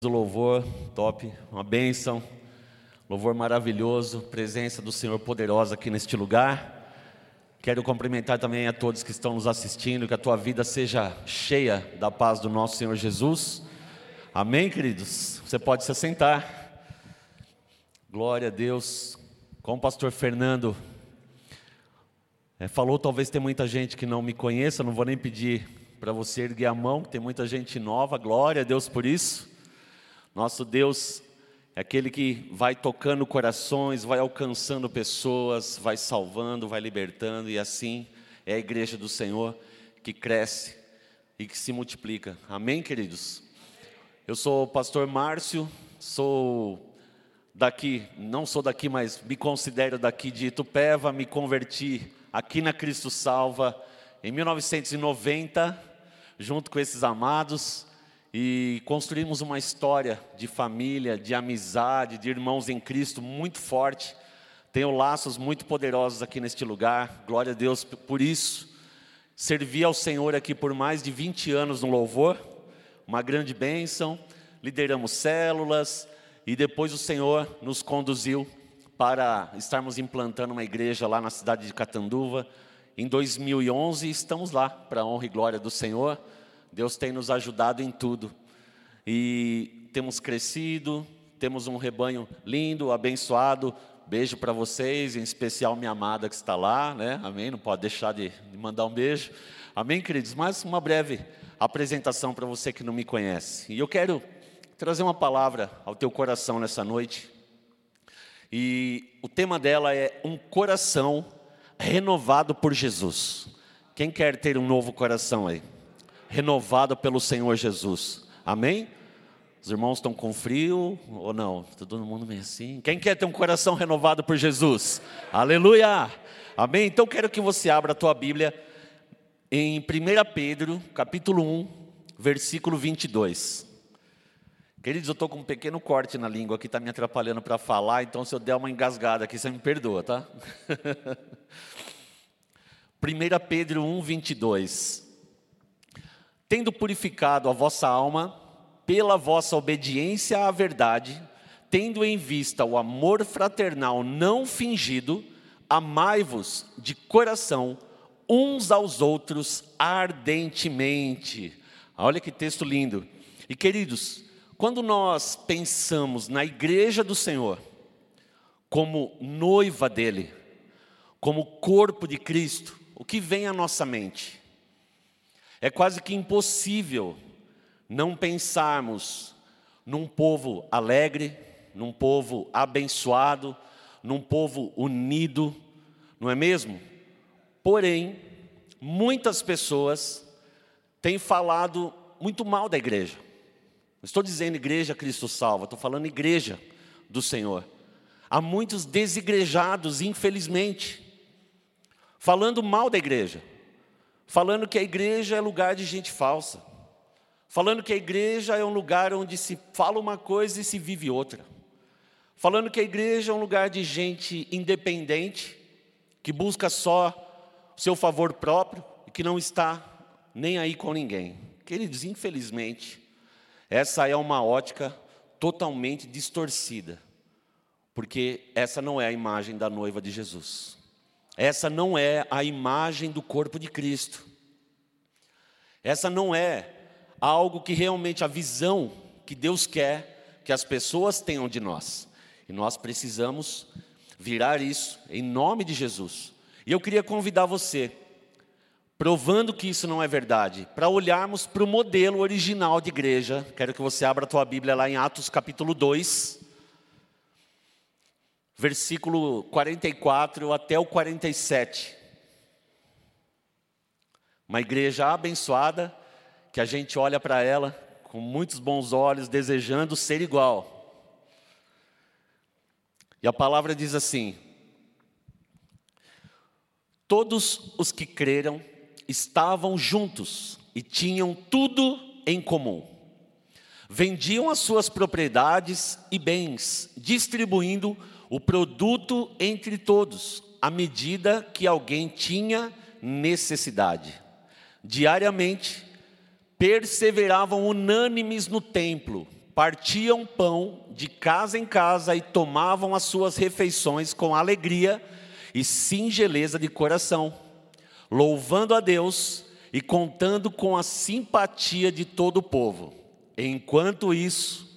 O louvor, top, uma bênção, louvor maravilhoso, presença do Senhor poderosa aqui neste lugar. Quero cumprimentar também a todos que estão nos assistindo, que a tua vida seja cheia da paz do nosso Senhor Jesus. Amém, queridos? Você pode se assentar. Glória a Deus. Como o pastor Fernando falou, talvez tenha muita gente que não me conheça, não vou nem pedir para você erguer a mão, que tem muita gente nova, glória a Deus por isso. Nosso Deus é aquele que vai tocando corações, vai alcançando pessoas, vai salvando, vai libertando, e assim é a igreja do Senhor que cresce e que se multiplica. Amém, queridos? Eu sou o pastor Márcio, sou daqui, não sou daqui, mas me considero daqui de Itupeva, me converti aqui na Cristo Salva em 1990, junto com esses amados, e construímos uma história de família, de amizade, de irmãos em Cristo muito forte. Tenho laços muito poderosos aqui neste lugar, glória a Deus por isso. Servi ao Senhor aqui por mais de 20 anos no louvor, uma grande bênção. Lideramos células e depois o Senhor nos conduziu para estarmos implantando uma igreja lá na cidade de Catanduva. Em 2011 estamos lá, para a honra e glória do Senhor. Deus tem nos ajudado em tudo, e temos crescido, temos um rebanho lindo, abençoado. Beijo para vocês, em especial minha amada que está lá, né? Amém, não pode deixar de mandar um beijo. Amém, queridos? Mais uma breve apresentação para você que não me conhece, e eu quero trazer uma palavra ao teu coração nessa noite, e o tema dela é um coração renovado por Jesus. Quem quer ter um novo coração aí? Renovado pelo Senhor Jesus, amém? Os irmãos estão com frio ou não? Todo mundo meio assim. Quem quer ter um coração renovado por Jesus? Aleluia, amém? Então quero que você abra a tua Bíblia em 1 Pedro, capítulo 1, versículo 22. Queridos, eu estou com um pequeno corte na língua que está me atrapalhando para falar, então se eu der uma engasgada aqui, você me perdoa, tá? 1 Pedro 1, 22. Tendo purificado a vossa alma pela vossa obediência à verdade, tendo em vista o amor fraternal não fingido, amai-vos de coração uns aos outros ardentemente. Olha que texto lindo. E queridos, quando nós pensamos na igreja do Senhor, como noiva dele, como corpo de Cristo, o que vem à nossa mente? É quase que impossível não pensarmos num povo alegre, num povo abençoado, num povo unido, não é mesmo? Porém, muitas pessoas têm falado muito mal da igreja. Não estou dizendo igreja Cristo Salva, estou falando igreja do Senhor. Há muitos desigrejados, infelizmente, falando mal da igreja. Falando que a igreja é lugar de gente falsa. Falando que a igreja é um lugar onde se fala uma coisa e se vive outra. Falando que a igreja é um lugar de gente independente, que busca só o seu favor próprio e que não está nem aí com ninguém. Queridos, infelizmente, essa é uma ótica totalmente distorcida. Porque essa não é a imagem da noiva de Jesus. Essa não é a imagem do corpo de Cristo. Essa não é algo que realmente a visão que Deus quer que as pessoas tenham de nós. E nós precisamos virar isso em nome de Jesus. E eu queria convidar você, provando que isso não é verdade, para olharmos para o modelo original de igreja. Quero que você abra a tua Bíblia lá em Atos capítulo 2. Versículo 44 até o 47. Uma igreja abençoada, que a gente olha para ela com muitos bons olhos, desejando ser igual. E a palavra diz assim: todos os que creram estavam juntos e tinham tudo em comum. Vendiam as suas propriedades e bens, distribuindo o produto entre todos, à medida que alguém tinha necessidade. Diariamente, perseveravam unânimes no templo, partiam pão de casa em casa e tomavam as suas refeições com alegria e singeleza de coração, louvando a Deus e contando com a simpatia de todo o povo. Enquanto isso,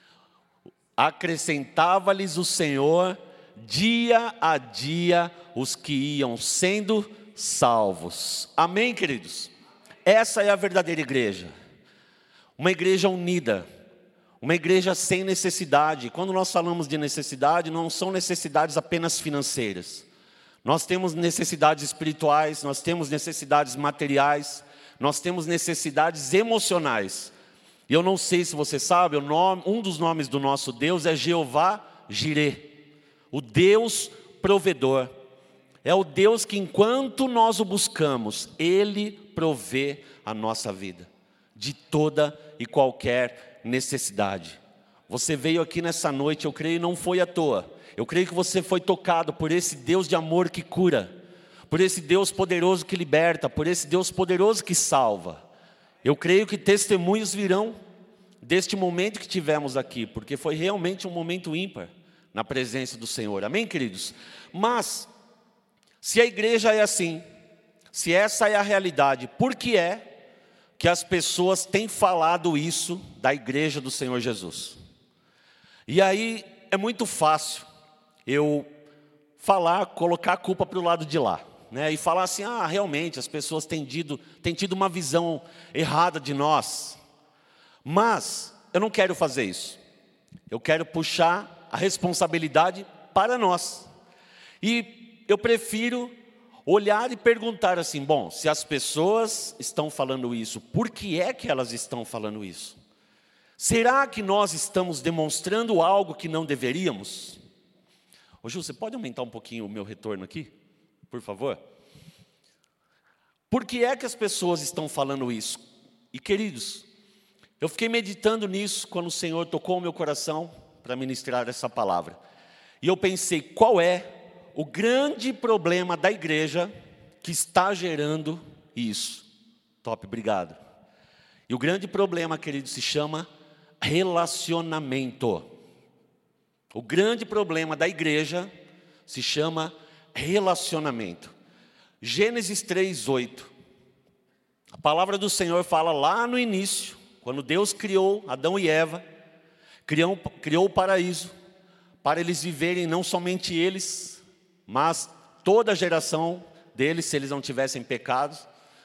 acrescentava-lhes o Senhor dia a dia os que iam sendo salvos. Amém, queridos? Essa é a verdadeira igreja. Uma igreja unida, uma igreja sem necessidade. Quando nós falamos de necessidade, não são necessidades apenas financeiras. Nós temos necessidades espirituais, nós temos necessidades materiais, nós temos necessidades emocionais. E eu não sei se você sabe, um dos nomes do nosso Deus é Jeová Jireh, o Deus provedor. É o Deus que enquanto nós o buscamos, Ele provê a nossa vida, de toda e qualquer necessidade. Você veio aqui nessa noite, eu creio, não foi à toa. Eu creio que você foi tocado por esse Deus de amor que cura, por esse Deus poderoso que liberta, por esse Deus poderoso que salva. Eu creio que testemunhos virão deste momento que tivemos aqui, porque foi realmente um momento ímpar na presença do Senhor. Amém, queridos? Mas, se a igreja é assim, se essa é a realidade, por que é que as pessoas têm falado isso da igreja do Senhor Jesus? E aí é muito fácil eu falar, colocar a culpa para o lado de lá, né? E falar assim, realmente as pessoas têm tido uma visão errada de nós. Mas eu não quero fazer isso. Eu quero puxar a responsabilidade para nós. E eu prefiro olhar e perguntar assim, bom, se as pessoas estão falando isso, por que é que elas estão falando isso? Será que nós estamos demonstrando algo que não deveríamos? Ô Ju, você pode aumentar um pouquinho o meu retorno aqui, por favor? Por que é que as pessoas estão falando isso? E queridos, eu fiquei meditando nisso quando o Senhor tocou o meu coração para ministrar essa palavra. E eu pensei, qual é o grande problema da igreja que está gerando isso? Top, obrigado. E o grande problema, querido, se chama relacionamento. O grande problema da igreja se chama relacionamento. Gênesis 3:8. A palavra do Senhor fala lá no início, quando Deus criou Adão e Eva, criou o paraíso, para eles viverem, não somente eles, mas toda a geração deles, se eles não tivessem pecado,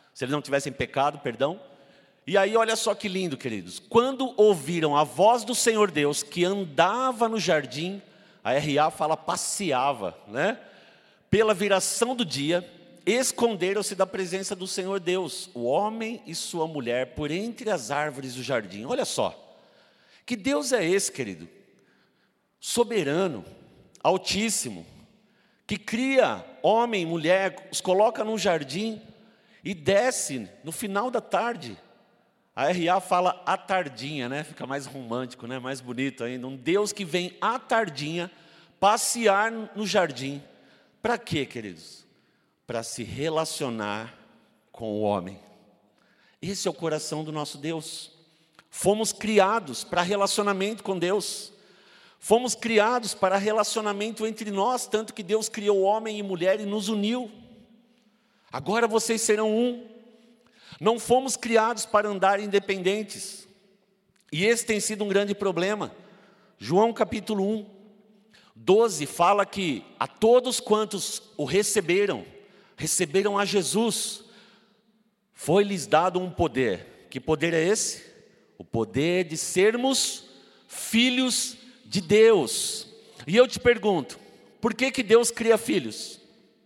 perdão. E aí olha só que lindo, queridos, quando ouviram a voz do Senhor Deus, que andava no jardim, a RA fala passeava, né? Pela viração do dia, esconderam-se da presença do Senhor Deus, o homem e sua mulher, por entre as árvores do jardim. Olha só, que Deus é esse, querido? Soberano, altíssimo, que cria homem e mulher, os coloca num jardim e desce no final da tarde. A RA fala à tardinha, né? Fica mais romântico, né? Mais bonito ainda. Um Deus que vem à tardinha passear no jardim. Para quê, queridos? Para se relacionar com o homem. Esse é o coração do nosso Deus. Fomos criados para relacionamento com Deus. Fomos criados para relacionamento entre nós, tanto que Deus criou homem e mulher e nos uniu. Agora vocês serão um. Não fomos criados para andar independentes. E esse tem sido um grande problema. João capítulo 1, 12 fala que a todos quantos o receberam a Jesus, foi-lhes dado um poder. Que poder é esse? O poder de sermos filhos de Deus. E eu te pergunto, por que Deus cria filhos?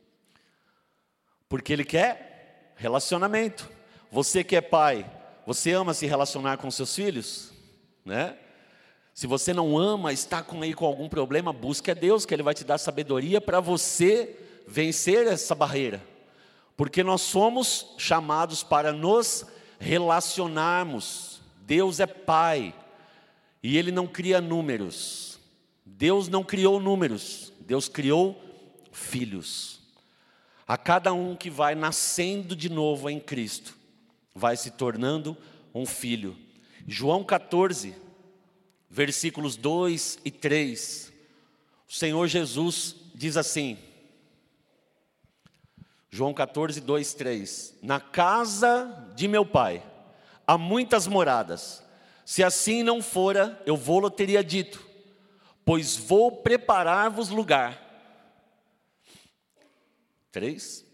Porque Ele quer relacionamento. Você que é pai, você ama se relacionar com seus filhos? Né? Se você não ama, está com algum problema, busque a Deus, que Ele vai te dar sabedoria para você vencer essa barreira. Porque nós somos chamados para nos relacionarmos. Deus é Pai, e Ele não cria números. Deus não criou números, Deus criou filhos. A cada um que vai nascendo de novo em Cristo, vai se tornando um filho. João 14, versículos 2 e 3, o Senhor Jesus diz assim, João 14, 2, 3, na casa de meu Pai há muitas moradas, se assim não fora, eu vou-lo teria dito, pois vou preparar-vos lugar. 3,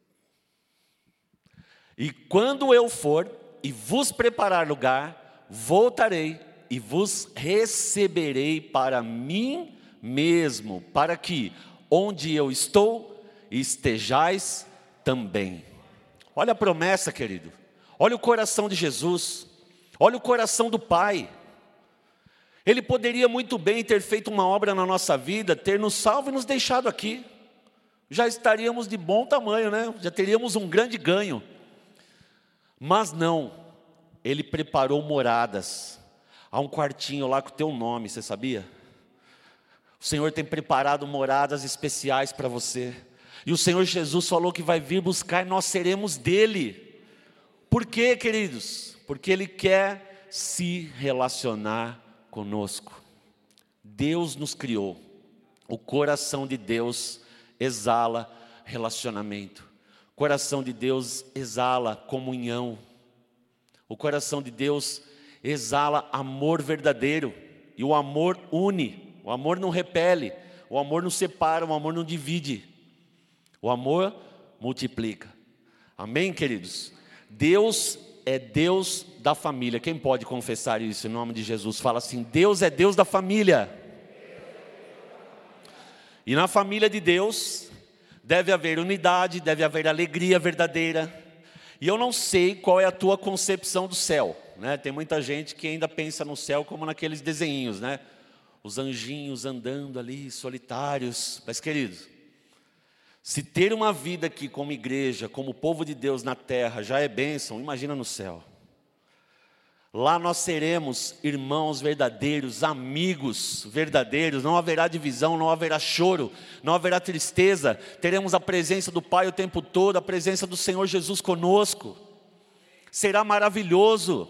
e quando eu for e vos preparar lugar, voltarei e vos receberei para mim mesmo, para que, onde eu estou, estejais também. Olha a promessa, querido. Olha o coração de Jesus. Olha o coração do Pai. Ele poderia muito bem ter feito uma obra na nossa vida, ter nos salvo e nos deixado aqui. Já estaríamos de bom tamanho, né? Já teríamos um grande ganho. Mas não, Ele preparou moradas. Há um quartinho lá com o teu nome, você sabia? O Senhor tem preparado moradas especiais para você. E o Senhor Jesus falou que vai vir buscar e nós seremos dele. Por quê, queridos? Porque Ele quer se relacionar conosco. Deus nos criou. O coração de Deus exala relacionamento. O coração de Deus exala comunhão. O coração de Deus exala amor verdadeiro. E o amor une. O amor não repele. O amor não separa. O amor não divide. O amor multiplica. Amém, queridos? Deus é Deus da família. Quem pode confessar isso em nome de Jesus? Fala assim, Deus é Deus da família. E na família de Deus deve haver unidade, deve haver alegria verdadeira. E eu não sei qual é a tua concepção do céu, né? Tem muita gente que ainda pensa no céu como naqueles desenhinhos, né? Os anjinhos andando ali, solitários. Mas, queridos, se ter uma vida aqui como igreja, como povo de Deus na terra já é bênção, imagina no céu. Lá nós seremos irmãos verdadeiros, amigos verdadeiros, não haverá divisão, não haverá choro, não haverá tristeza, teremos a presença do Pai o tempo todo, a presença do Senhor Jesus conosco. Será maravilhoso,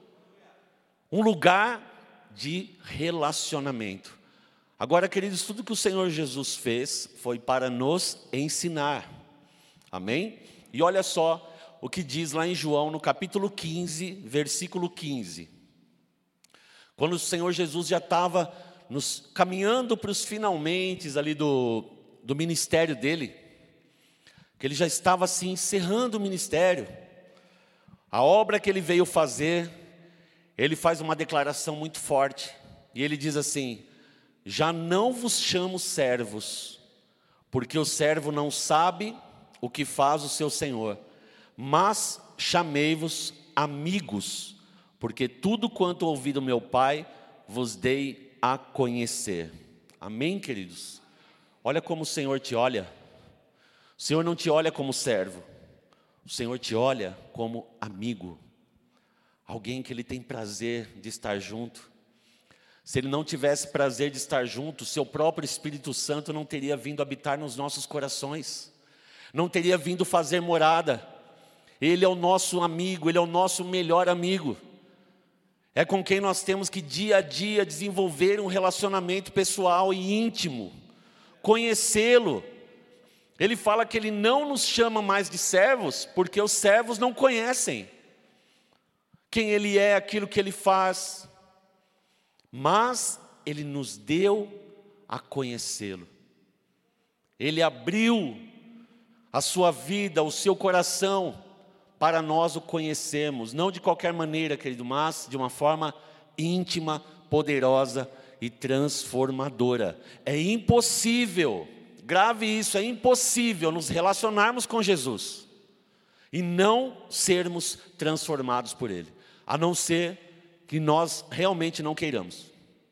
um lugar de relacionamento. Agora, queridos, tudo que o Senhor Jesus fez foi para nos ensinar, amém? E olha só o que diz lá em João, no capítulo 15, versículo 15. Quando o Senhor Jesus já estava caminhando para os finalmente ali do ministério dele, que ele já estava assim encerrando o ministério, a obra que ele veio fazer, ele faz uma declaração muito forte, e ele diz assim, já não vos chamo servos, porque o servo não sabe o que faz o seu senhor, mas chamei-vos amigos, porque tudo quanto ouvi do meu Pai, vos dei a conhecer. Amém, queridos? Olha como o Senhor te olha. O Senhor não te olha como servo, o Senhor te olha como amigo, alguém que Ele tem prazer de estar junto. Se Ele não tivesse prazer de estar junto, o seu próprio Espírito Santo não teria vindo habitar nos nossos corações, não teria vindo fazer morada. Ele é o nosso amigo, Ele é o nosso melhor amigo. É com quem nós temos que dia a dia desenvolver um relacionamento pessoal e íntimo, conhecê-lo. Ele fala que Ele não nos chama mais de servos, porque os servos não conhecem quem Ele é, aquilo que Ele faz. Mas Ele nos deu a conhecê-lo. Ele abriu a sua vida, o seu coração, para nós o conhecermos. Não de qualquer maneira, querido, mas de uma forma íntima, poderosa e transformadora. É impossível, grave isso, é impossível nos relacionarmos com Jesus e não sermos transformados por Ele. A não ser que nós realmente não queiramos.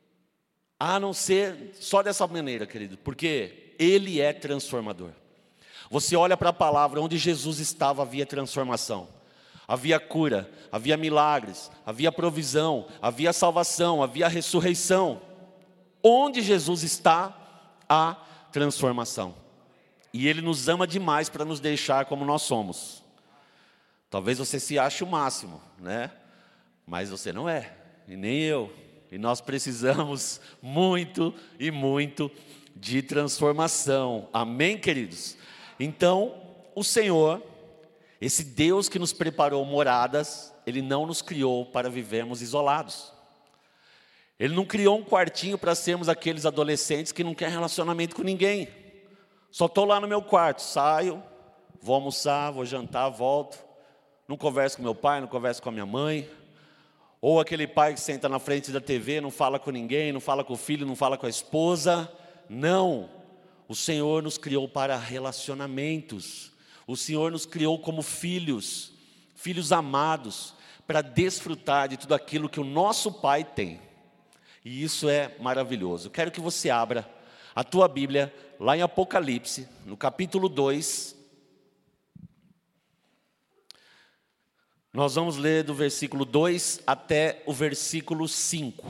A não ser só dessa maneira, querido, porque Ele é transformador. Você olha para a palavra, onde Jesus estava havia transformação. Havia cura, havia milagres, havia provisão, havia salvação, havia ressurreição. Onde Jesus está, há transformação. E Ele nos ama demais para nos deixar como nós somos. Talvez você se ache o máximo, né? Mas você não é, e nem eu. E nós precisamos muito e muito de transformação. Amém, queridos? Então, o Senhor, esse Deus que nos preparou moradas, Ele não nos criou para vivermos isolados. Ele não criou um quartinho para sermos aqueles adolescentes que não querem relacionamento com ninguém. Só estou lá no meu quarto, saio, vou almoçar, vou jantar, volto. Não converso com meu pai, não converso com a minha mãe. Ou aquele pai que senta na frente da TV, não fala com ninguém, não fala com o filho, não fala com a esposa. Não, o Senhor nos criou para relacionamentos. O Senhor nos criou como filhos, filhos amados, para desfrutar de tudo aquilo que o nosso Pai tem. E isso é maravilhoso. Quero que você abra a tua Bíblia, lá em Apocalipse, no capítulo 2. Nós vamos ler do versículo 2 até o versículo 5.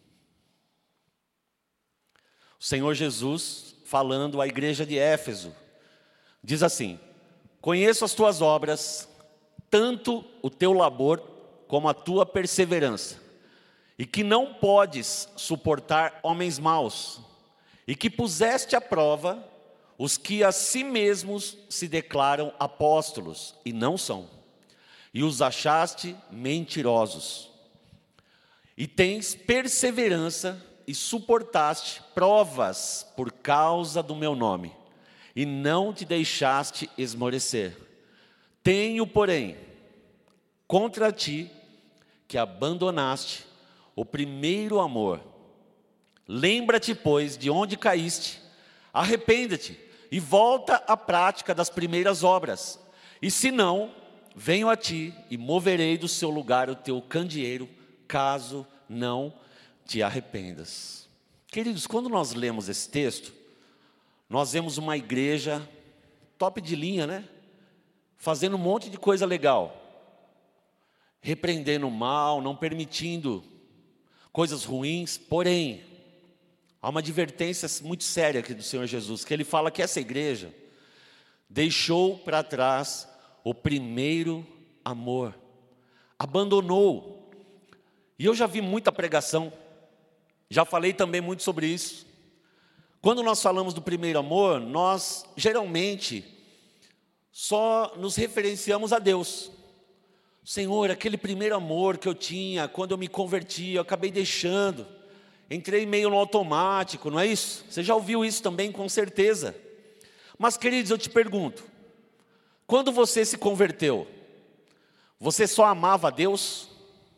O Senhor Jesus, falando à igreja de Éfeso, diz assim: conheço as tuas obras, tanto o teu labor como a tua perseverança, e que não podes suportar homens maus, e que puseste à prova os que a si mesmos se declaram apóstolos, e não são, e os achaste mentirosos. E tens perseverança e suportaste provas por causa do meu nome, e não te deixaste esmorecer. Tenho, porém, contra ti que abandonaste o primeiro amor. Lembra-te, pois, de onde caíste, arrependa-te e volta à prática das primeiras obras. E se não, venho a ti e moverei do seu lugar o teu candeeiro, caso não te arrependas. Queridos, quando nós lemos esse texto, nós vemos uma igreja top de linha, né? Fazendo um monte de coisa legal. Repreendendo o mal, não permitindo coisas ruins. Porém, há uma advertência muito séria aqui do Senhor Jesus, que Ele fala que essa igreja deixou para trás o primeiro amor, abandonou. E eu já vi muita pregação, já falei também muito sobre isso. Quando nós falamos do primeiro amor, nós geralmente só nos referenciamos a Deus. Senhor, aquele primeiro amor que eu tinha quando eu me converti, eu acabei deixando, entrei meio no automático, não é isso? Você já ouviu isso também, com certeza. Mas, queridos, eu te pergunto, quando você se converteu, você só amava a Deus?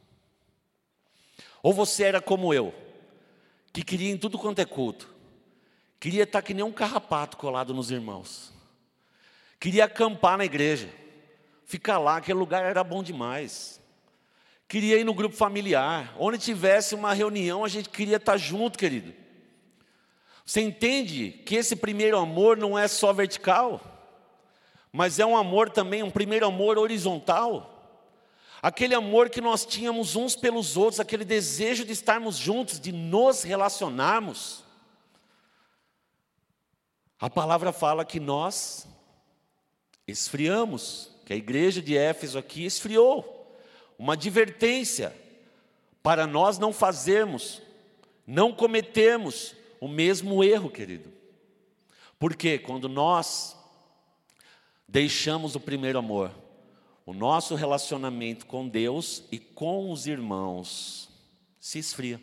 Ou você era como eu, que queria em tudo quanto é culto, queria estar que nem um carrapato colado nos irmãos, queria acampar na igreja, ficar lá, aquele lugar era bom demais, queria ir no grupo familiar, onde tivesse uma reunião a gente queria estar junto, querido. Você entende que esse primeiro amor não é só vertical, mas é um amor também, um primeiro amor horizontal. Aquele amor que nós tínhamos uns pelos outros, aquele desejo de estarmos juntos, de nos relacionarmos. A palavra fala que nós esfriamos, que a igreja de Éfeso aqui esfriou. Uma advertência para nós não fazermos, não cometermos o mesmo erro, querido. Porque quando nós deixamos o primeiro amor, o nosso relacionamento com Deus e com os irmãos se esfria.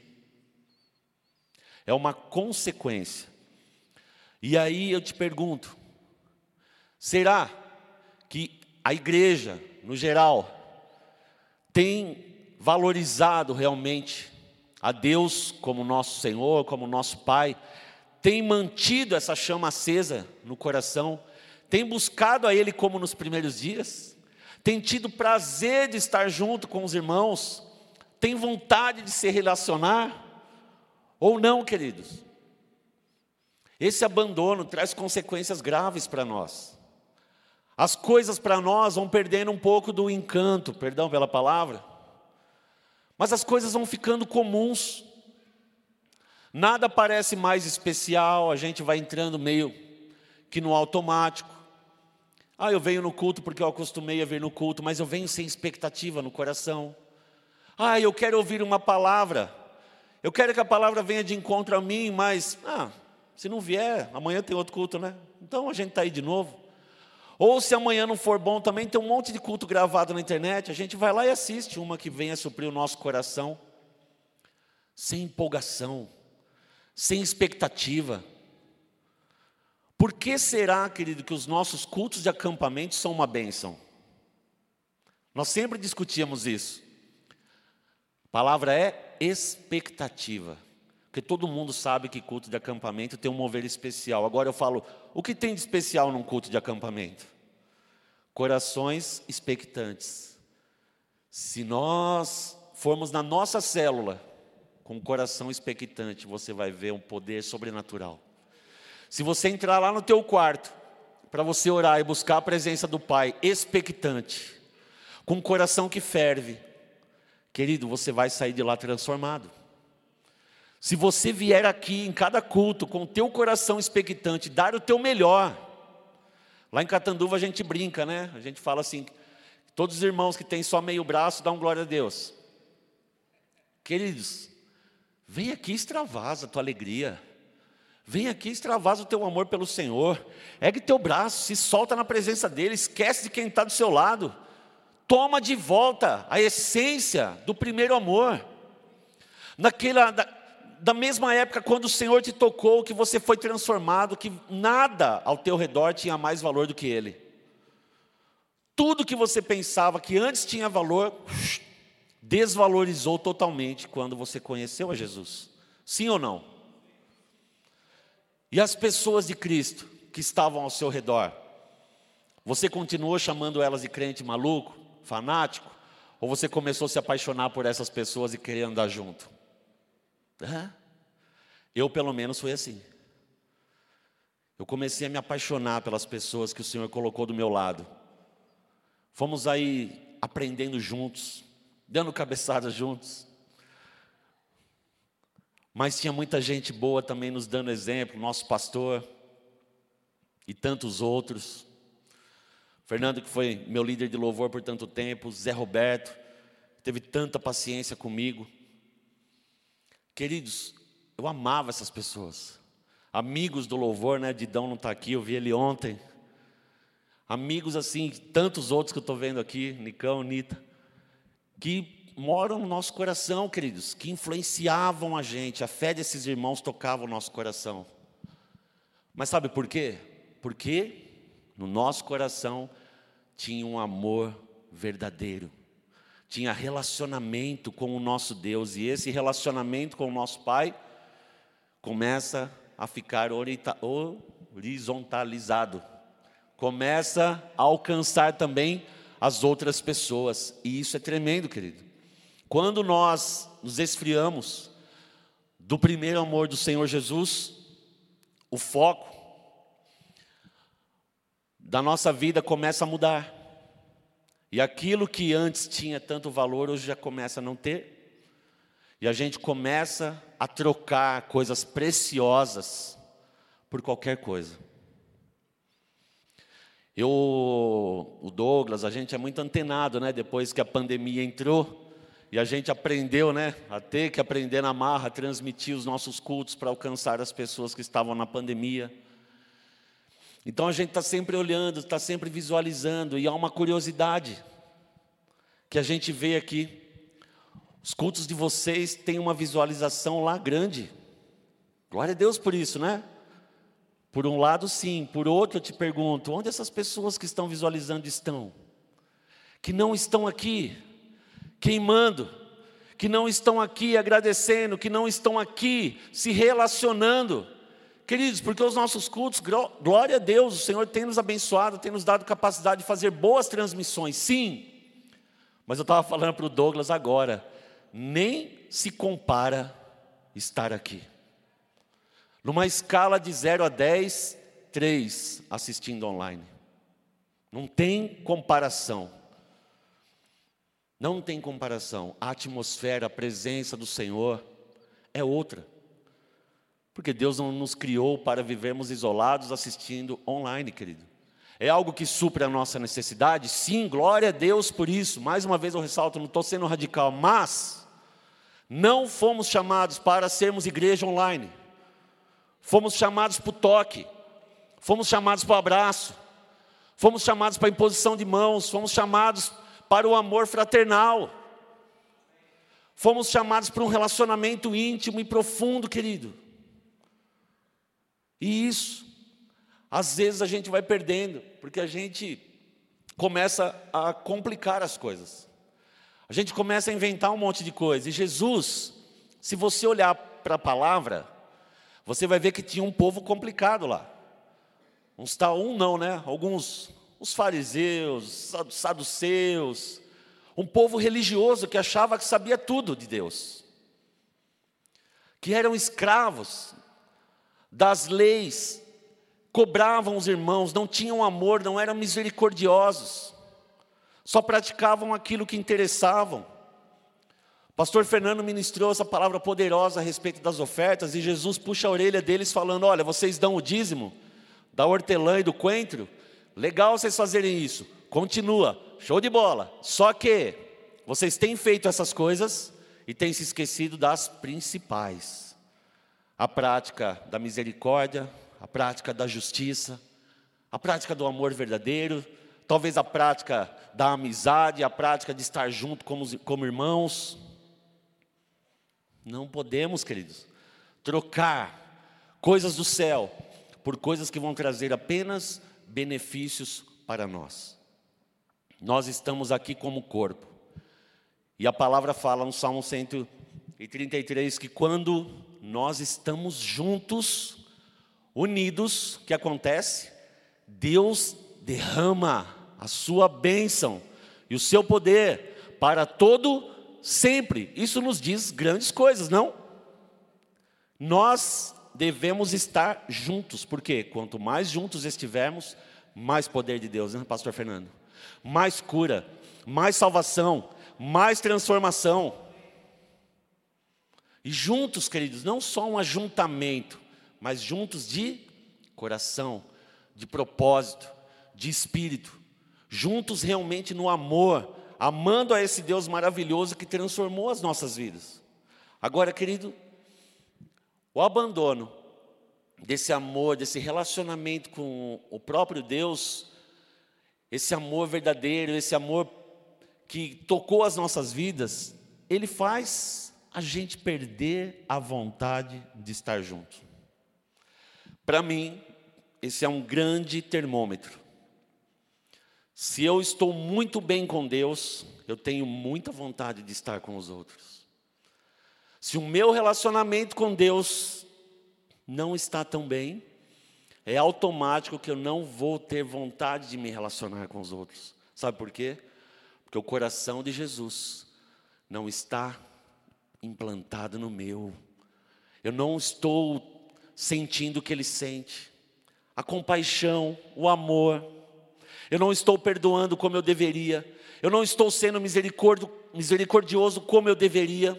É uma consequência. E aí eu te pergunto, será que a igreja, no geral, tem valorizado realmente a Deus como nosso Senhor, como nosso Pai? Tem mantido essa chama acesa no coração? Tem buscado a Ele como nos primeiros dias? Tem tido prazer de estar junto com os irmãos? Tem vontade de se relacionar? Ou não, queridos? Esse abandono traz consequências graves para nós. As coisas para nós vão perdendo um pouco do encanto, perdão pela palavra, mas as coisas vão ficando comuns. Nada parece mais especial, a gente vai entrando meio que no automático. Eu venho no culto porque eu acostumei a vir no culto, mas eu venho sem expectativa no coração. Eu quero ouvir uma palavra. Eu quero que a palavra venha de encontro a mim, mas, se não vier, amanhã tem outro culto, né? Então a gente está aí de novo. Ou se amanhã não for bom, também tem um monte de culto gravado na internet, a gente vai lá e assiste uma que venha suprir o nosso coração, sem empolgação, sem expectativa. Por que será, querido, que os nossos cultos de acampamento são uma bênção? Nós sempre discutíamos isso. A palavra é expectativa. Porque todo mundo sabe que culto de acampamento tem um mover especial. Agora eu falo, o que tem de especial num culto de acampamento? Corações expectantes. Se nós formos na nossa célula com o coração expectante, você vai ver um poder sobrenatural. Se você entrar lá no teu quarto, para você orar e buscar a presença do Pai, expectante, com o coração que ferve, querido, você vai sair de lá transformado. Se você vier aqui em cada culto com o teu coração expectante, dar o teu melhor. Lá em Catanduva a gente brinca, né? A gente fala assim, todos os irmãos que têm só meio braço, dão glória a Deus. Queridos, vem aqui e extravasa a tua alegria. Vem aqui e extravasa o teu amor pelo Senhor. Ergue teu braço, se solta na presença dEle, esquece de quem está do seu lado. Toma de volta a essência do primeiro amor. Da mesma época quando o Senhor te tocou, que você foi transformado, que nada ao teu redor tinha mais valor do que Ele. Tudo que você pensava que antes tinha valor, desvalorizou totalmente quando você conheceu a Jesus. Sim ou não? E as pessoas de Cristo que estavam ao seu redor, você continuou chamando elas de crente maluco, fanático? Ou você começou a se apaixonar por essas pessoas e querer andar junto? Eu pelo menos fui assim. Eu comecei a me apaixonar pelas pessoas que o Senhor colocou do meu lado. Fomos aí aprendendo juntos, dando cabeçadas juntos. Mas tinha muita gente boa também nos dando exemplo, nosso pastor e tantos outros. Fernando, que foi meu líder de louvor por tanto tempo, Zé Roberto, teve tanta paciência comigo. Queridos, eu amava essas pessoas. Amigos do louvor, né? Didão não está aqui, eu vi ele ontem. Amigos assim, tantos outros que eu estou vendo aqui, Nicão, Nita, que moram no nosso coração, queridos, que influenciavam a gente. A fé desses irmãos tocava o nosso coração. Mas sabe por quê? Porque no nosso coração tinha um amor verdadeiro. Tinha relacionamento com o nosso Deus. E esse relacionamento com o nosso Pai começa a ficar horizontalizado. Começa a alcançar também as outras pessoas. E isso é tremendo, querido. Quando nós nos esfriamos do primeiro amor do Senhor Jesus, o foco da nossa vida começa a mudar. E aquilo que antes tinha tanto valor, hoje já começa a não ter. E a gente começa a trocar coisas preciosas por qualquer coisa. O Douglas, a gente é muito antenado, né? Depois que a pandemia entrou, e a gente aprendeu, né? A ter que aprender na marra, transmitir os nossos cultos para alcançar as pessoas que estavam na pandemia. Então a gente está sempre olhando, está sempre visualizando, e há uma curiosidade que a gente vê aqui. Os cultos de vocês têm uma visualização lá grande. Glória a Deus por isso, né? Por um lado sim, por outro eu te pergunto, onde essas pessoas que estão visualizando estão? Que não estão aqui queimando, que não estão aqui agradecendo, que não estão aqui se relacionando. Queridos, porque os nossos cultos, glória a Deus, o Senhor tem nos abençoado, tem nos dado capacidade de fazer boas transmissões, sim. Mas eu estava falando para o Douglas agora, nem se compara estar aqui. Numa escala de 0 a 10, 3 assistindo online. Não tem comparação. Não tem comparação. A atmosfera, a presença do Senhor é outra. Porque Deus não nos criou para vivermos isolados assistindo online, querido. É algo que supre a nossa necessidade? Sim, glória a Deus por isso. Mais uma vez eu ressalto, não estou sendo radical, mas Não fomos chamados para sermos igreja online. Fomos chamados para o toque. Fomos chamados para o abraço. Fomos chamados para a imposição de mãos. Fomos chamados para o amor fraternal. Fomos chamados para um relacionamento íntimo e profundo, querido. E isso, às vezes a gente vai perdendo, porque a gente começa a complicar as coisas. A gente começa a inventar um monte de coisa. E Jesus, se você olhar para a palavra, você vai ver que tinha um povo complicado lá. Alguns, os fariseus, os saduceus, um povo religioso que achava que sabia tudo de Deus, que eram escravos das leis, cobravam os irmãos, não tinham amor, não eram misericordiosos, só praticavam aquilo que interessavam. O pastor Fernando ministrou essa palavra poderosa a respeito das ofertas, e Jesus puxa a orelha deles falando: olha, vocês dão o dízimo da hortelã e do coentro? Legal vocês fazerem isso, continua, show de bola. Só que vocês têm feito essas coisas e têm se esquecido das principais: a prática da misericórdia, a prática da justiça, a prática do amor verdadeiro, talvez a prática da amizade, a prática de estar junto como irmãos. Não podemos, queridos, trocar coisas do céu por coisas que vão trazer apenas benefícios para nós. Nós estamos aqui como corpo. E a palavra fala no Salmo 133 que quando nós estamos juntos, unidos, o que acontece? Deus derrama a sua bênção e o seu poder para todo sempre. Isso nos diz grandes coisas, não? Nós devemos estar juntos, porque quanto mais juntos estivermos, mais poder de Deus, né, pastor Fernando? Mais cura, mais salvação, mais transformação. E juntos, queridos, não só um ajuntamento, mas juntos de coração, de propósito, de espírito, juntos realmente no amor, amando a esse Deus maravilhoso que transformou as nossas vidas. Agora, querido, o abandono desse amor, desse relacionamento com o próprio Deus, esse amor verdadeiro, esse amor que tocou as nossas vidas, ele faz a gente perder a vontade de estar junto. Para mim, esse é um grande termômetro. Se eu estou muito bem com Deus, eu tenho muita vontade de estar com os outros. Se o meu relacionamento com Deus não está tão bem, é automático que eu não vou ter vontade de me relacionar com os outros. Sabe por quê? Porque o coração de Jesus não está implantado no meu. Eu não estou sentindo o que Ele sente. A compaixão, o amor. Eu não estou perdoando como eu deveria. Eu não estou sendo misericordioso como eu deveria.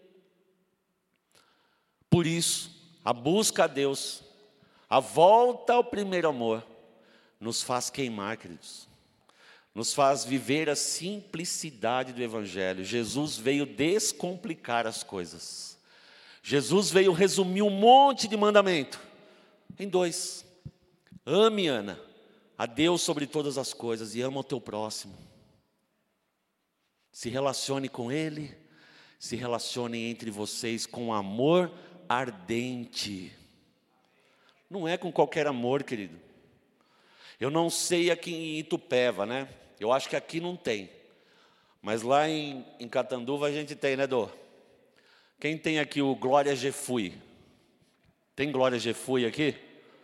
Por isso, a busca a Deus, a volta ao primeiro amor, nos faz queimar, queridos. Nos faz viver a simplicidade do Evangelho. Jesus veio descomplicar as coisas. Jesus veio resumir um monte de mandamento em 2. Ame, Ana, a Deus sobre todas as coisas e ama o teu próximo. Se relacione com Ele, se relacione entre vocês com amor ardente. Não é com qualquer amor, querido. Eu não sei aqui em Itupeva, né? Eu acho que aqui não tem. Mas lá em Catanduva a gente tem, né, Dô? Quem tem aqui o Glória Jefui? Tem Glória Jefui aqui?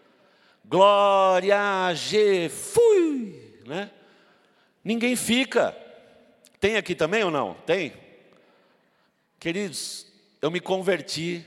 Glória Jefui, né? Ninguém fica. Tem aqui também ou não? Tem? Queridos, eu me converti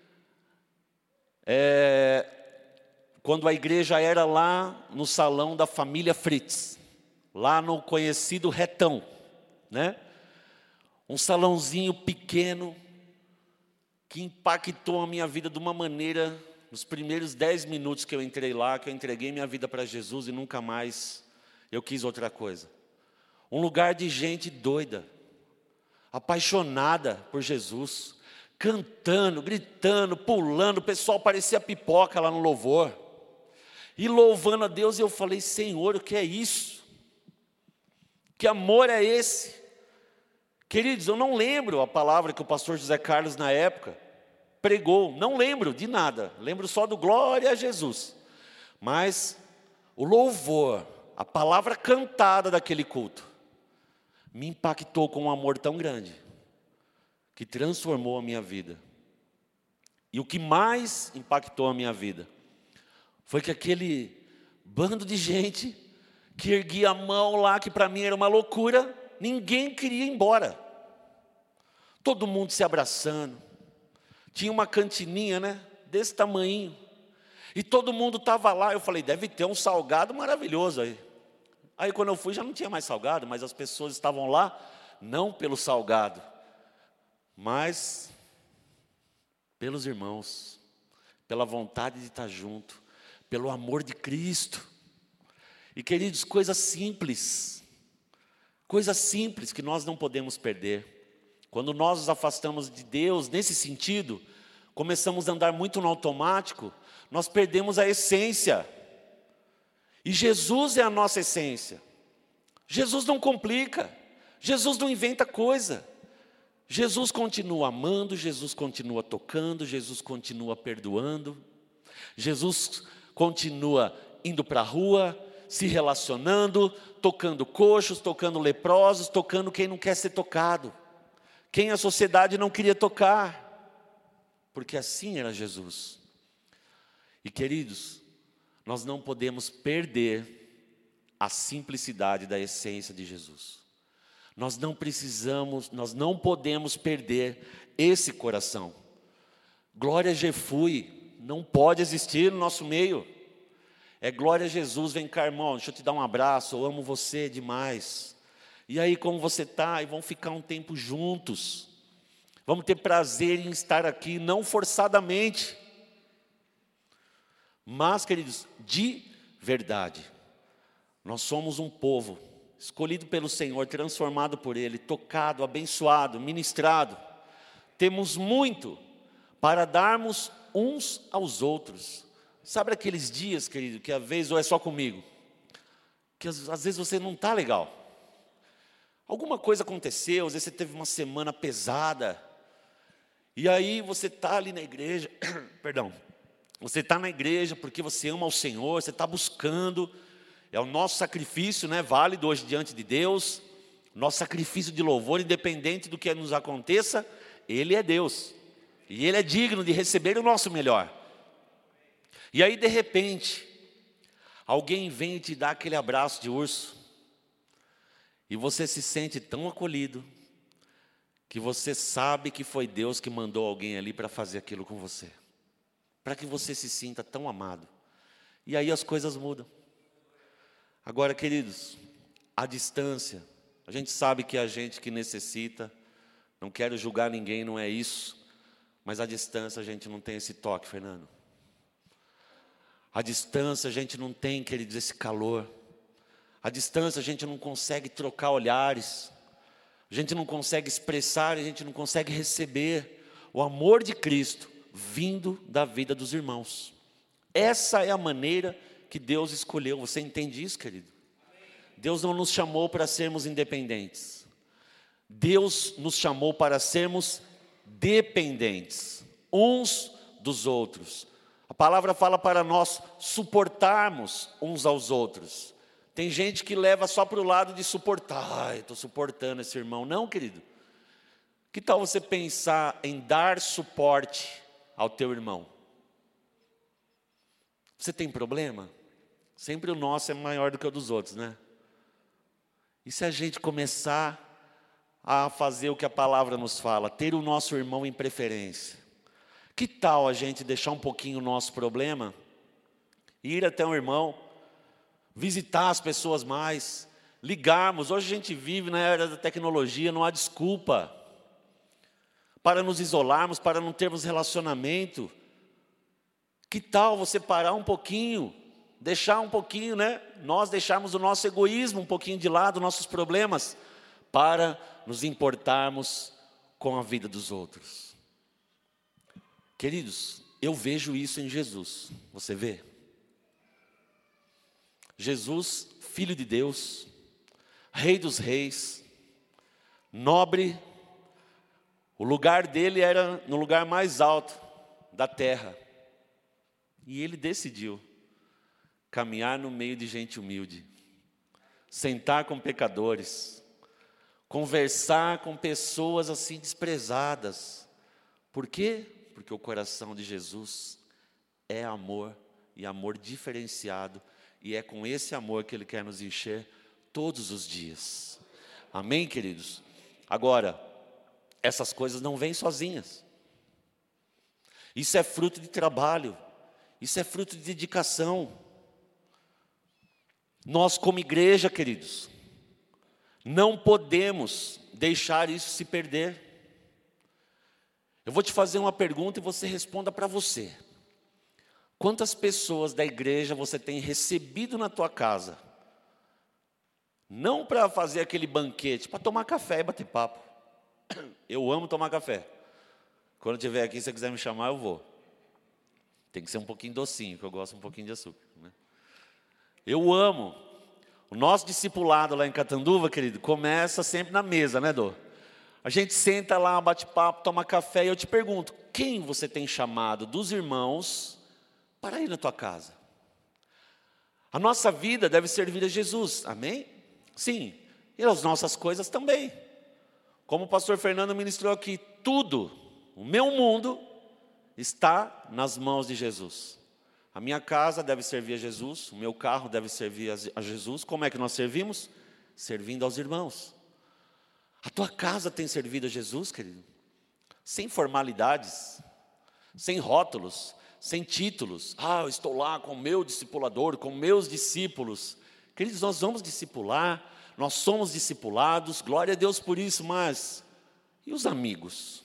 quando a igreja era lá no salão da família Fritz, lá no conhecido Retão, né? Um salãozinho pequeno que impactou a minha vida de uma maneira, nos primeiros 10 minutos que eu entrei lá, que eu entreguei minha vida para Jesus e nunca mais eu quis outra coisa. Um lugar de gente doida, apaixonada por Jesus, cantando, gritando, pulando, o pessoal parecia pipoca lá no louvor. E louvando a Deus, eu falei, Senhor, o que é isso? Que amor é esse? Queridos, eu não lembro a palavra que o pastor José Carlos, na época, pregou. Não lembro de nada. Lembro só do glória a Jesus. Mas o louvor, a palavra cantada daquele culto, me impactou com um amor tão grande, que transformou a minha vida. E o que mais impactou a minha vida foi que aquele bando de gente que erguia a mão lá, que para mim era uma loucura, ninguém queria ir embora. Todo mundo se abraçando. Tinha uma cantininha, né, desse tamanho. E todo mundo estava lá. Eu falei, deve ter um salgado maravilhoso aí. Aí quando eu fui já não tinha mais salgado, mas as pessoas estavam lá, não pelo salgado, mas pelos irmãos, pela vontade de estar junto, pelo amor de Cristo. E queridos, coisas simples que nós não podemos perder. Quando nós nos afastamos de Deus, nesse sentido, começamos a andar muito no automático, nós perdemos a essência. E Jesus é a nossa essência. Jesus não complica, Jesus não inventa coisa. Jesus continua amando, Jesus continua tocando, Jesus continua perdoando, Jesus continua indo para a rua, se relacionando, tocando coxos, tocando leprosos, tocando quem não quer ser tocado, quem a sociedade não queria tocar, porque assim era Jesus. E queridos, nós não podemos perder a simplicidade da essência de Jesus. Nós não podemos perder esse coração. Glória a Jefui não pode existir no nosso meio. É glória a Jesus, vem cá, irmão, deixa eu te dar um abraço, eu amo você demais. E aí, como você está? E vamos ficar um tempo juntos. Vamos ter prazer em estar aqui, não forçadamente. Mas, queridos, de verdade, nós somos um povo escolhido pelo Senhor, transformado por Ele, tocado, abençoado, ministrado. Temos muito para darmos uns aos outros. Sabe aqueles dias, querido, que às vezes, ou é só comigo, que às vezes você não está legal. Alguma coisa aconteceu, às vezes você teve uma semana pesada, e aí você está ali na igreja, perdão, você está na igreja porque você ama o Senhor, você está buscando, é o nosso sacrifício, né, válido hoje diante de Deus, nosso sacrifício de louvor, independente do que nos aconteça, Ele é Deus, e Ele é digno de receber o nosso melhor. E aí de repente, alguém vem te dar aquele abraço de urso, e você se sente tão acolhido, que você sabe que foi Deus que mandou alguém ali para fazer aquilo com você, para que você se sinta tão amado. E aí as coisas mudam. Agora, queridos, a distância, a gente sabe que a gente que necessita, não quero julgar ninguém, não é isso, mas a distância a gente não tem esse toque, Fernando. A distância a gente não tem, queridos, esse calor. A distância a gente não consegue trocar olhares, a gente não consegue expressar, a gente não consegue receber o amor de Cristo vindo da vida dos irmãos. Essa é a maneira que Deus escolheu. Você entende isso, querido? Deus não nos chamou para sermos independentes. Deus nos chamou para sermos dependentes uns dos outros. A palavra fala para nós suportarmos uns aos outros. Tem gente que leva só para o lado de suportar. Ai, estou suportando esse irmão. Não, querido. Que tal você pensar em dar suporte ao teu irmão? Você tem problema? Sempre o nosso é maior do que o dos outros, né? E se a gente começar a fazer o que a palavra nos fala, ter o nosso irmão em preferência? Que tal a gente deixar um pouquinho o nosso problema, ir até um irmão, visitar as pessoas mais, ligarmos? Hoje a gente vive na era da tecnologia, não há desculpa para nos isolarmos, para não termos relacionamento. Que tal você parar um pouquinho, deixar um pouquinho, né? Nós deixarmos o nosso egoísmo um pouquinho de lado, nossos problemas, para nos importarmos com a vida dos outros. Queridos, eu vejo isso em Jesus. Você vê? Jesus, Filho de Deus, Rei dos Reis, nobre, o lugar dele era no lugar mais alto da terra. E ele decidiu caminhar no meio de gente humilde, sentar com pecadores, conversar com pessoas assim desprezadas. Por quê? Porque o coração de Jesus é amor, e amor diferenciado, e é com esse amor que Ele quer nos encher todos os dias. Amém, queridos? Agora, essas coisas não vêm sozinhas. Isso é fruto de trabalho, isso é fruto de dedicação. Nós, como igreja, queridos, não podemos deixar isso se perder. Eu vou te fazer uma pergunta e você responda para você. Quantas pessoas da igreja você tem recebido na tua casa? Não para fazer aquele banquete, para tomar café e bater papo. Eu amo tomar café. Quando eu estiver aqui, se você quiser me chamar, eu vou. Tem que ser um pouquinho docinho, que eu gosto um pouquinho de açúcar, né? Eu amo. O nosso discipulado lá em Catanduva, querido, começa sempre na mesa, né, Dô? A gente senta lá, bate papo, toma café, e eu te pergunto, quem você tem chamado dos irmãos para ir na tua casa? A nossa vida deve servir a Jesus, amém? Sim, e as nossas coisas também. Como o pastor Fernando ministrou aqui, tudo, o meu mundo, está nas mãos de Jesus. A minha casa deve servir a Jesus, o meu carro deve servir a Jesus. Como é que nós servimos? Servindo aos irmãos. A tua casa tem servido a Jesus, querido? Sem formalidades, sem rótulos, sem títulos. Eu estou lá com o meu discipulador, com meus discípulos. Queridos, nós vamos discipular, nós somos discipulados, glória a Deus por isso, mas e os amigos?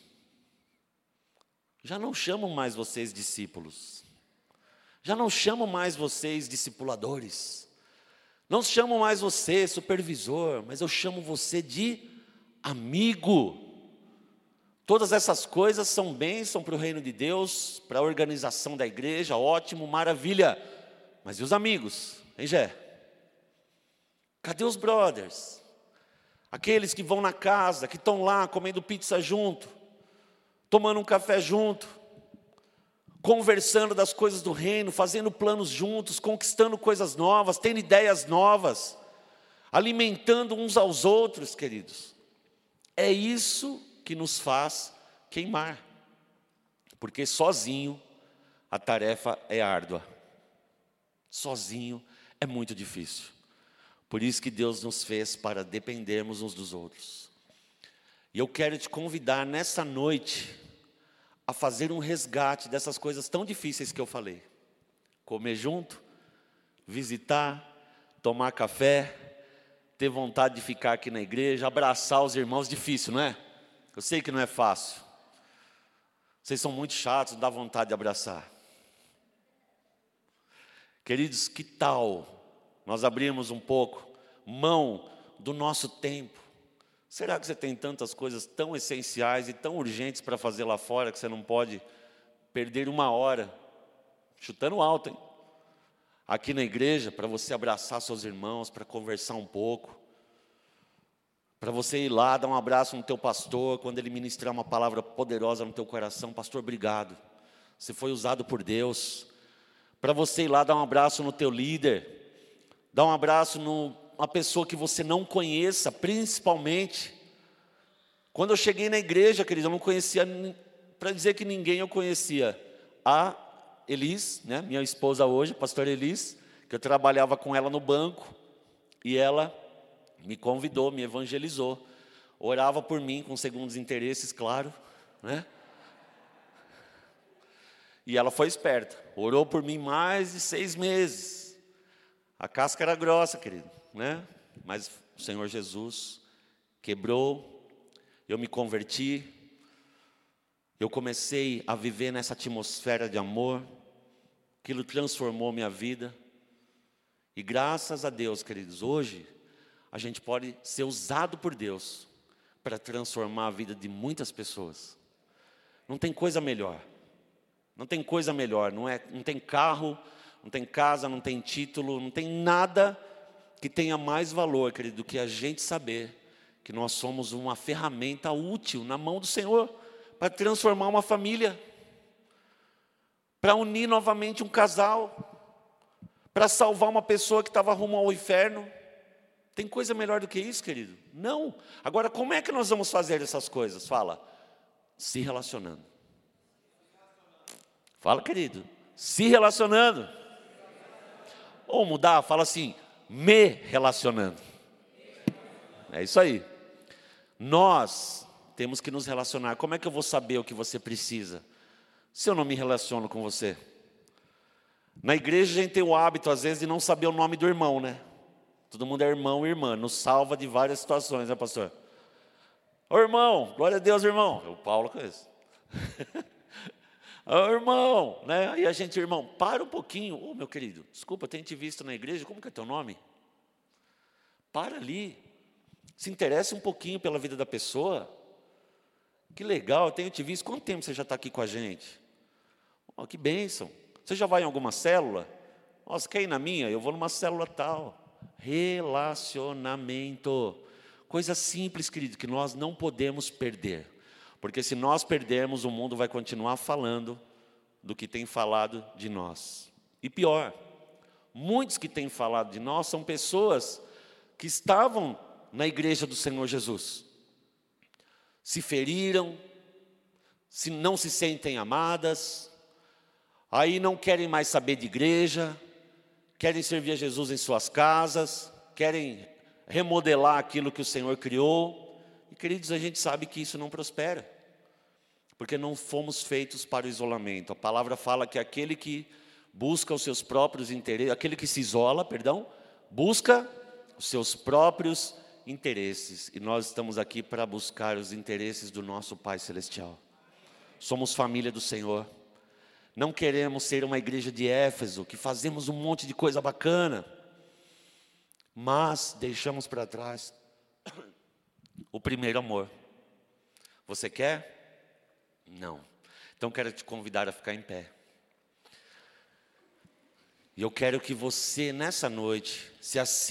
Já não chamam mais vocês discípulos. Já não chamam mais vocês discipuladores. Não chamo mais você supervisor, mas eu chamo você de amigo. Todas essas coisas são bênção para o reino de Deus, para a organização da igreja, ótimo, maravilha. Mas e os amigos, hein, Gé? Cadê os brothers? Aqueles que vão na casa, que estão lá comendo pizza junto, tomando um café junto, conversando das coisas do reino, fazendo planos juntos, conquistando coisas novas, tendo ideias novas, alimentando uns aos outros, queridos. É isso que nos faz queimar, porque sozinho a tarefa é árdua, sozinho é muito difícil. Por isso que Deus nos fez para dependermos uns dos outros. E eu quero te convidar nessa noite a fazer um resgate dessas coisas tão difíceis que eu falei. Comer junto, visitar, tomar café, ter vontade de ficar aqui na igreja, abraçar os irmãos, difícil, não é? Eu sei que não é fácil. Vocês são muito chatos, não dá vontade de abraçar. Queridos, que tal nós abrirmos um pouco mão do nosso tempo? Será que você tem tantas coisas tão essenciais e tão urgentes para fazer lá fora que você não pode perder uma hora, chutando alto, hein? Aqui na igreja, para você abraçar seus irmãos, para conversar um pouco, para você ir lá, dar um abraço no teu pastor, quando ele ministrar uma palavra poderosa no teu coração, pastor, obrigado, você foi usado por Deus. Para você ir lá, dar um abraço no teu líder, dar um abraço numa pessoa que você não conheça, principalmente. Quando eu cheguei na igreja, querido, eu não conhecia, para dizer que ninguém eu conhecia, a Elis, né, minha esposa hoje, pastora Elis, que eu trabalhava com ela no banco, e ela me convidou, me evangelizou, orava por mim com segundos interesses, claro, né? E ela foi esperta, orou por mim mais de 6 meses. A casca era grossa, querido, né? Mas o Senhor Jesus quebrou, eu me converti, eu comecei a viver nessa atmosfera de amor, aquilo transformou minha vida. E graças a Deus, queridos, hoje a gente pode ser usado por Deus para transformar a vida de muitas pessoas. Não tem coisa melhor. Não tem coisa melhor, não tem carro, não tem casa, não tem título, não tem nada que tenha mais valor, querido, do que a gente saber que nós somos uma ferramenta útil na mão do Senhor para transformar uma família, para unir novamente um casal, para salvar uma pessoa que estava rumo ao inferno. Tem coisa melhor do que isso, querido? Não. Agora, como é que nós vamos fazer essas coisas? Fala, se relacionando. Fala, querido, se relacionando. Ou mudar, fala assim, me relacionando. É isso aí. Nós temos que nos relacionar. Como é que eu vou saber o que você precisa se eu não me relaciono com você? Na igreja a gente tem o hábito, às vezes, de não saber o nome do irmão, né? Todo mundo é irmão e irmã, nos salva de várias situações, né, pastor? Ô irmão, glória a Deus, irmão. O Paulo conhece. Ô irmão, né? Aí a gente, irmão, para um pouquinho. Ô meu querido, desculpa, tenho te visto na igreja, como que é teu nome? Para ali. Se interesse um pouquinho pela vida da pessoa. Que legal, eu tenho te visto. Quanto tempo você já está aqui com a gente? Oh, que bênção. Você já vai em alguma célula? Oh, você quer ir na minha? Eu vou numa célula tal. Relacionamento. Coisa simples, querido, que nós não podemos perder. Porque se nós perdermos, o mundo vai continuar falando do que tem falado de nós. E pior, muitos que têm falado de nós são pessoas que estavam na igreja do Senhor Jesus. Se feriram, não se sentem amadas, aí não querem mais saber de igreja, querem servir a Jesus em suas casas, querem remodelar aquilo que o Senhor criou. E, queridos, a gente sabe que isso não prospera, porque não fomos feitos para o isolamento. A palavra fala que aquele que busca os seus próprios interesses, aquele que se isola, busca os seus próprios interesses. E nós estamos aqui para buscar os interesses do nosso Pai Celestial. Somos família do Senhor. Não queremos ser uma igreja de Éfeso, que fazemos um monte de coisa bacana, mas deixamos para trás o primeiro amor. Você quer? Não. Então quero te convidar a ficar em pé. E eu quero que você, nessa noite, se assim